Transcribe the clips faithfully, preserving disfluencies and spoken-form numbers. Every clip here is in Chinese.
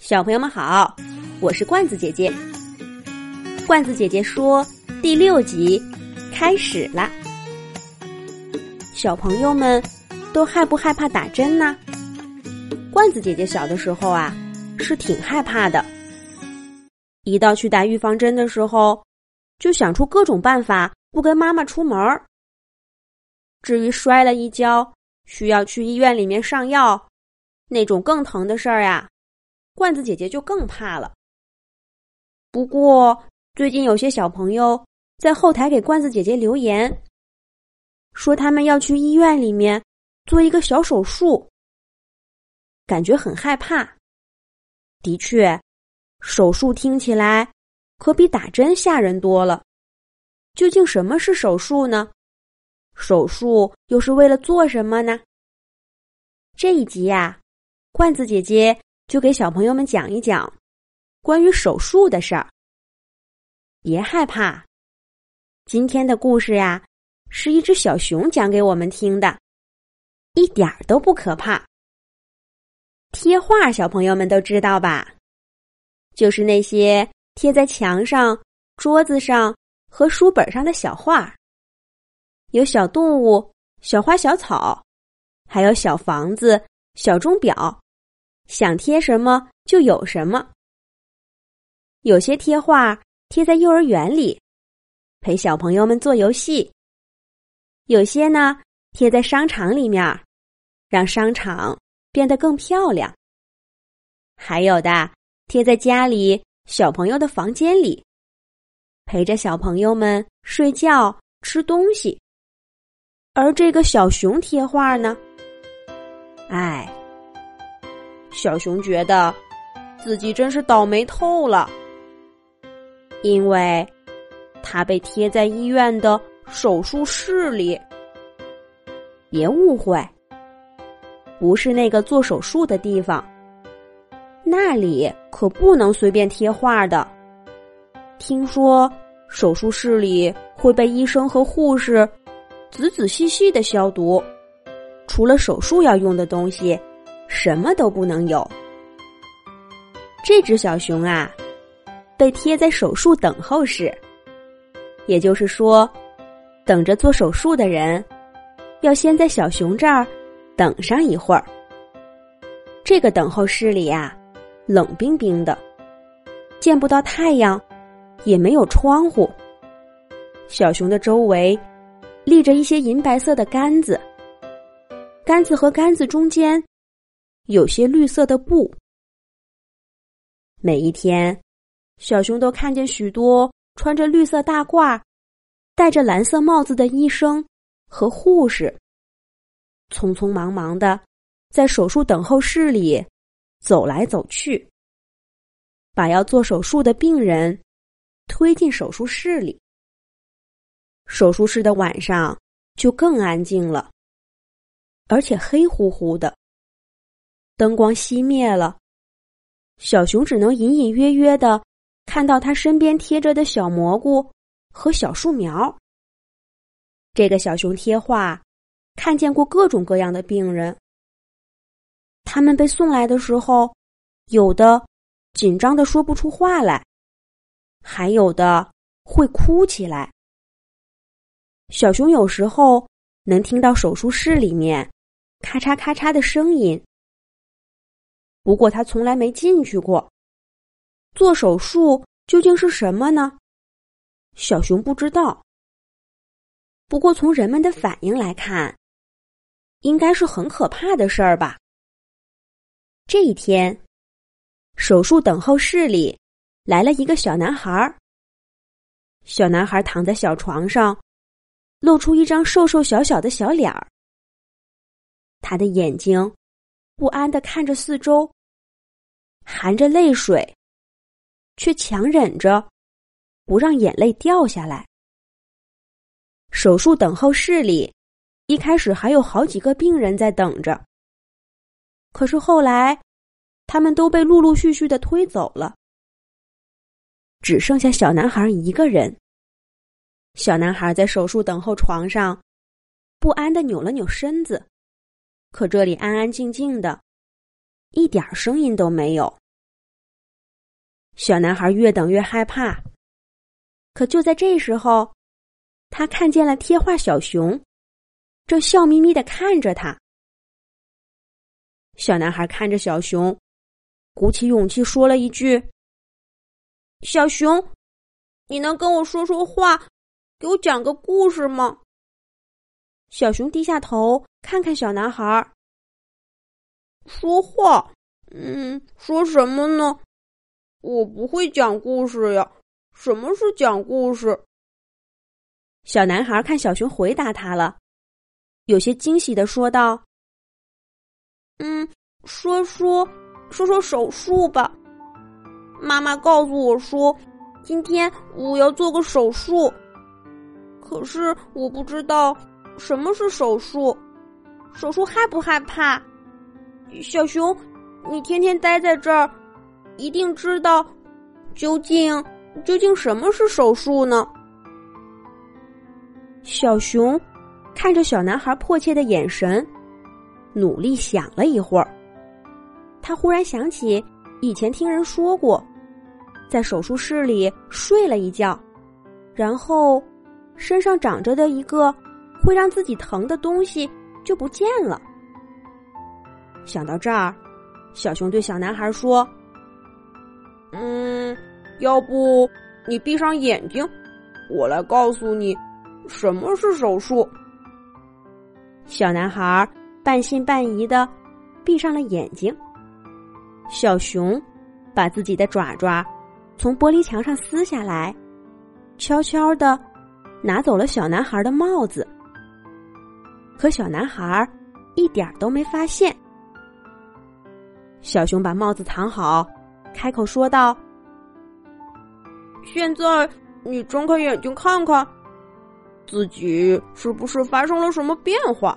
小朋友们好，我是罐子姐姐。罐子姐姐说第六集开始啦。小朋友们都害不害怕打针呢？罐子姐姐小的时候啊，是挺害怕的。一到去打预防针的时候，就想出各种办法不跟妈妈出门。至于摔了一跤，需要去医院里面上药，那种更疼的事儿呀，罐子姐姐就更怕了。不过最近有些小朋友在后台给罐子姐姐留言，说他们要去医院里面做一个小手术，感觉很害怕。的确，手术听起来可比打针吓人多了。究竟什么是手术呢？手术又是为了做什么呢？这一集呀，罐子姐姐就给小朋友们讲一讲关于手术的事儿。别害怕，今天的故事呀，是一只小熊讲给我们听的，一点儿都不可怕。贴画小朋友们都知道吧？就是那些贴在墙上、桌子上和书本上的小画，有小动物、小花小草，还有小房子、小钟表，想贴什么就有什么。有些贴画贴在幼儿园里，陪小朋友们做游戏；有些呢贴在商场里面，让商场变得更漂亮；还有的贴在家里小朋友的房间里，陪着小朋友们睡觉、吃东西。而这个小熊贴画呢，哎，小熊觉得自己真是倒霉透了，因为它被贴在医院的手术室里。别误会，不是那个做手术的地方，那里可不能随便贴画的。听说手术室里会被医生和护士仔仔细细的消毒，除了手术要用的东西，什么都不能有。这只小熊啊，被贴在手术等候室，也就是说，等着做手术的人要先在小熊这儿等上一会儿。这个等候室里啊，冷冰冰的，见不到太阳，也没有窗户。小熊的周围立着一些银白色的杆子，杆子和杆子中间有些绿色的布。每一天，小熊都看见许多穿着绿色大褂、戴着蓝色帽子的医生和护士，匆匆忙忙的在手术等候室里走来走去，把要做手术的病人推进手术室里。手术室的晚上就更安静了，而且黑乎乎的，灯光熄灭了，小熊只能隐隐约约地看到他身边贴着的小蘑菇和小树苗。这个小熊贴画看见过各种各样的病人，他们被送来的时候，有的紧张地说不出话来，还有的会哭起来。小熊有时候能听到手术室里面咔嚓咔嚓的声音，不过他从来没进去过。做手术究竟是什么呢？小熊不知道。不过从人们的反应来看，应该是很可怕的事儿吧。这一天，手术等候室里来了一个小男孩。小男孩躺在小床上，露出一张瘦瘦小小的小脸儿。他的眼睛不安地看着四周，含着泪水，却强忍着不让眼泪掉下来。手术等候室里一开始还有好几个病人在等着，可是后来他们都被陆陆续续地推走了，只剩下小男孩一个人。小男孩在手术等候床上不安地扭了扭身子，可这里安安静静的，一点声音都没有。 小男孩越等越害怕。可就在这时候，他看见了贴画小熊，正笑眯眯地看着他。小男孩看着小熊，鼓起勇气说了一句：“小熊，你能跟我说说话，给我讲个故事吗？”小熊低下头看看小男孩。说话？嗯，说什么呢？我不会讲故事呀。什么是讲故事？小男孩看小熊回答他了，有些惊喜地说道：“嗯，说说说说手术吧。妈妈告诉我说，今天我要做个手术，可是我不知道什么是手术。手术害不害怕？小熊，你天天待在这儿，一定知道究竟究竟什么是手术呢？”小熊看着小男孩迫切的眼神，努力想了一会儿。他忽然想起以前听人说过，在手术室里睡了一觉，然后身上长着的一个会让自己疼的东西就不见了。想到这儿，小熊对小男孩说：“嗯，要不你闭上眼睛，我来告诉你什么是手术。”小男孩半信半疑地闭上了眼睛。小熊把自己的爪爪从玻璃墙上撕下来，悄悄地拿走了小男孩的帽子。可小男孩一点都没发现。小熊把帽子藏好，开口说道：“现在你睁开眼睛看看，自己是不是发生了什么变化？”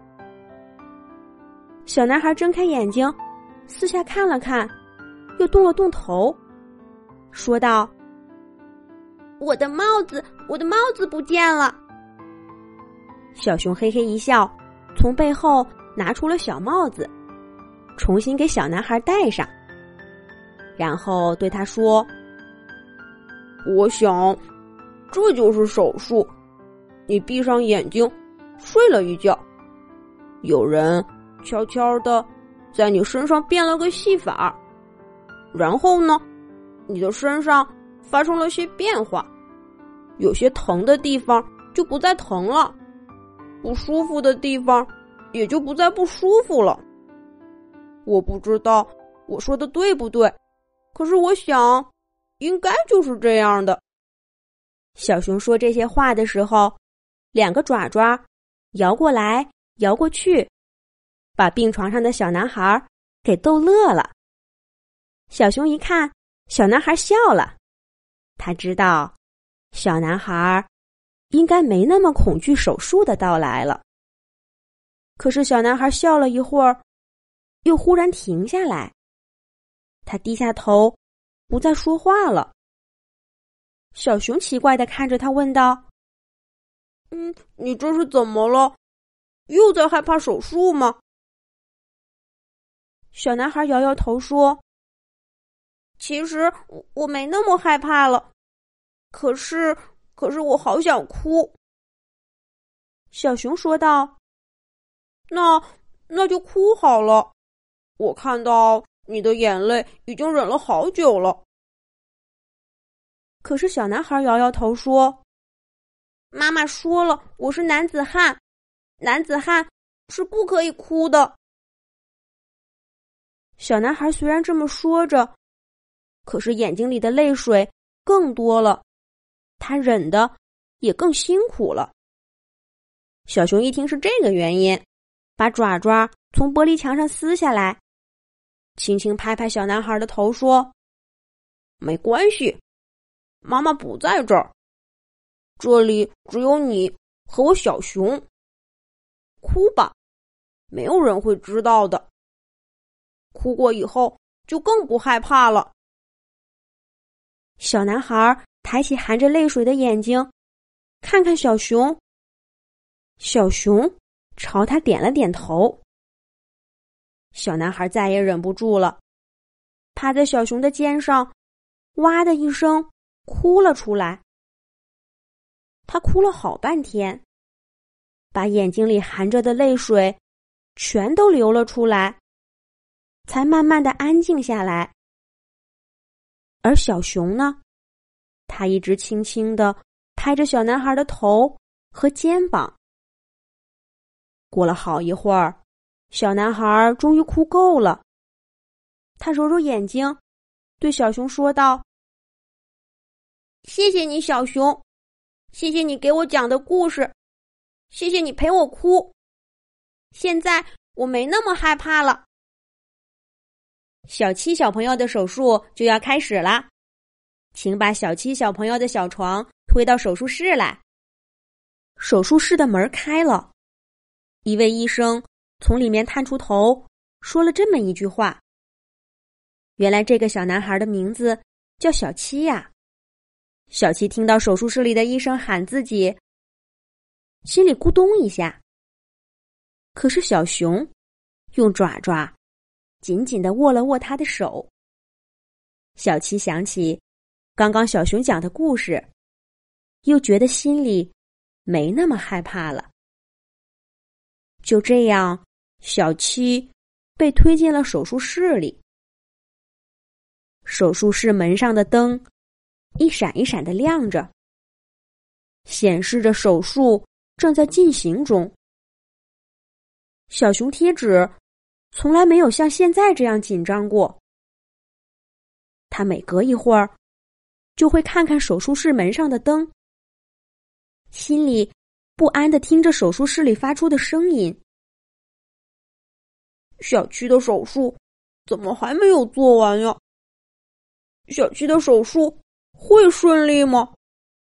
小男孩睁开眼睛，四下看了看，又动了动头，说道：“我的帽子，我的帽子不见了。”小熊嘿嘿一笑，从背后拿出了小帽子，重新给小男孩戴上，然后对他说：“我想这就是手术。你闭上眼睛，睡了一觉，有人悄悄地在你身上变了个戏法，然后呢，你的身上发生了些变化，有些疼的地方就不再疼了，不舒服的地方也就不再不舒服了。我不知道我说的对不对，可是我想应该就是这样的。”小熊说这些话的时候，两个爪爪摇过来摇过去，把病床上的小男孩给逗乐了。小熊一看小男孩笑了，他知道小男孩应该没那么恐惧手术的到来了。可是小男孩笑了一会儿，又忽然停下来，他低下头不再说话了。小熊奇怪地看着他问道：“嗯，你这是怎么了？又在害怕手术吗？”小男孩摇摇头说：“其实我没那么害怕了，可是可是我好想哭。”小熊说道：“那那就哭好了，我看到你的眼泪已经忍了好久了。”可是小男孩摇摇头说：“妈妈说了，我是男子汉，男子汉是不可以哭的。”小男孩虽然这么说着，可是眼睛里的泪水更多了，他忍得也更辛苦了。小熊一听是这个原因，把爪爪从玻璃墙上撕下来，轻轻拍拍小男孩的头说：“没关系，妈妈不在这儿，这里只有你和我小熊。哭吧，没有人会知道的。哭过以后就更不害怕了。”小男孩抬起含着泪水的眼睛，看看小熊。小熊朝他点了点头。小男孩再也忍不住了，趴在小熊的肩上， 哇的一声哭了出来。他哭了好半天，把眼睛里含着的泪水全都流了出来，才慢慢的安静下来。而小熊呢，他一直轻轻地拍着小男孩的头和肩膀。过了好一会儿，小男孩终于哭够了，他揉揉眼睛，对小熊说道：谢谢你，小熊，谢谢你给我讲的故事，谢谢你陪我哭，现在我没那么害怕了。小七小朋友的手术就要开始了，请把小七小朋友的小床推到手术室来。手术室的门开了，一位医生从里面探出头，说了这么一句话：原来这个小男孩的名字叫小七呀。小七听到手术室里的医生喊自己，心里咕咚一下。可是小熊用爪爪紧紧地握了握他的手。小七想起刚刚小熊讲的故事，又觉得心里没那么害怕了。就这样，小七被推进了手术室里。手术室门上的灯一闪一闪地亮着，显示着手术正在进行中。小熊贴纸从来没有像现在这样紧张过。他每隔一会儿就会看看手术室门上的灯，心里不安地听着手术室里发出的声音。小七的手术怎么还没有做完呀？小七的手术会顺利吗？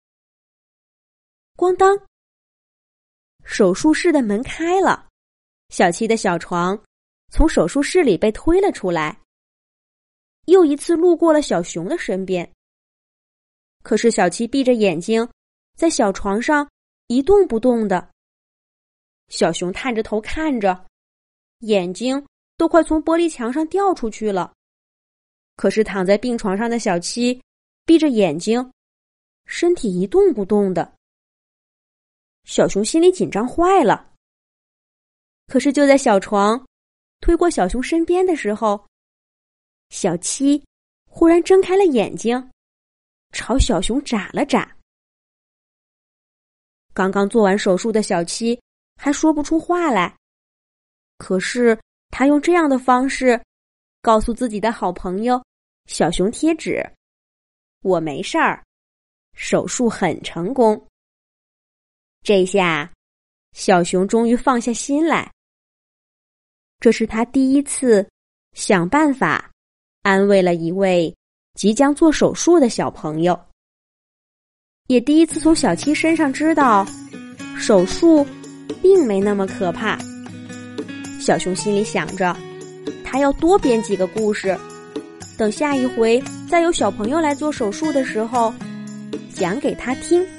咣当，手术室的门开了，小七的小床从手术室里被推了出来，又一次路过了小熊的身边。可是小七闭着眼睛，在小床上一动不动的。小熊探着头看着，眼睛都快从玻璃墙上掉出去了。可是躺在病床上的小七闭着眼睛，身体一动不动的。小熊心里紧张坏了。可是就在小床推过小熊身边的时候，小七忽然睁开了眼睛，朝小熊眨了眨。刚刚做完手术的小七还说不出话来，可是他用这样的方式告诉自己的好朋友小熊贴纸：我没事儿，手术很成功。这下小熊终于放下心来。这是他第一次想办法安慰了一位即将做手术的小朋友，也第一次从小七身上知道手术并没那么可怕。小熊心里想着，他要多编几个故事，等下一回再有小朋友来做手术的时候讲给他听。